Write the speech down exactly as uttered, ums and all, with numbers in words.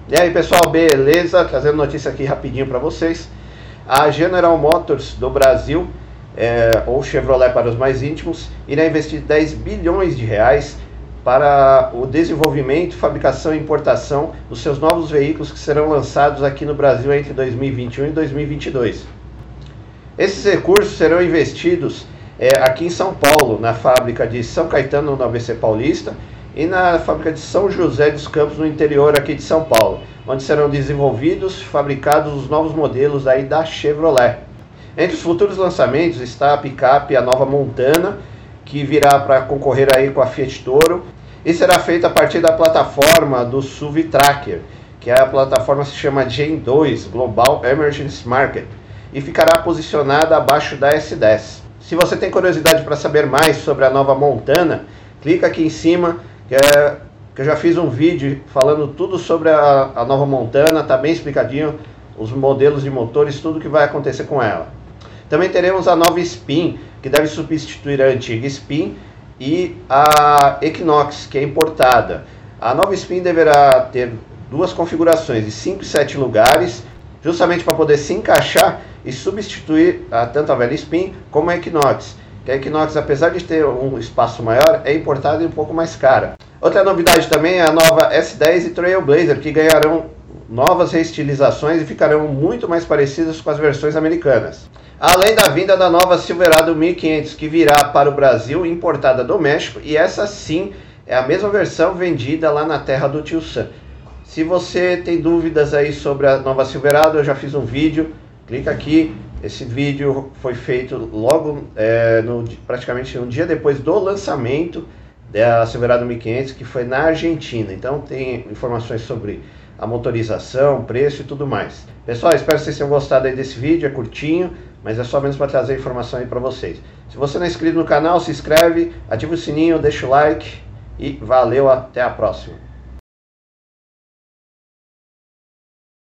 E aí pessoal, beleza? Trazendo notícia aqui rapidinho para vocês. A General Motors do Brasil, é, ou Chevrolet para os mais íntimos, irá investir dez bilhões de reais para o desenvolvimento, fabricação e importação dos seus novos veículos que serão lançados aqui no Brasil entre dois mil e vinte e um e dois mil e vinte e dois. Esses recursos serão investidos é, aqui em São Paulo, na fábrica de São Caetano, no A B C Paulista, e na fábrica de São José dos Campos, no interior aqui de São Paulo, onde serão desenvolvidos, fabricados os novos modelos aí da Chevrolet. Entre os futuros lançamentos está a picape, a nova Montana, que virá para concorrer aí com a Fiat Toro, e será feita a partir da plataforma do S U V Tracker, que é a plataforma se chama Gen dois, Global Emergence Market, e ficará posicionada abaixo da S dez. Se você tem curiosidade para saber mais sobre a nova Montana, clica aqui em cima, que, é, que eu já fiz um vídeo falando tudo sobre a, a nova Montana, tá bem explicadinho, os modelos de motores, tudo que vai acontecer com ela. Também teremos a nova Spin, que deve substituir a antiga Spin, e a Equinox, que é importada. A nova Spin deverá ter duas configurações, de cinco e sete lugares, justamente para poder se encaixar e substituir a, tanto a velha Spin como a Equinox. Que a Equinox, apesar de ter um espaço maior, é importada e um pouco mais cara. Outra novidade também é a nova S dez e Trailblazer, que ganharão novas reestilizações e ficarão muito mais parecidas com as versões americanas. Além da vinda da nova Silverado mil e quinhentos, que virá para o Brasil importada do México, e essa sim é a mesma versão vendida lá na terra do tio Sam. Se você tem dúvidas aí sobre a nova Silverado, eu já fiz um vídeo, clica aqui. Esse vídeo foi feito logo, é, no, praticamente um dia depois do lançamento da Silverado mil e quinhentos, que foi na Argentina. Então tem informações sobre a motorização, preço e tudo mais. Pessoal, espero que vocês tenham gostado aí desse vídeo, é curtinho, mas é só menos para trazer informação aí para vocês. Se você não é inscrito no canal, se inscreve, ativa o sininho, deixa o like e valeu, até a próxima.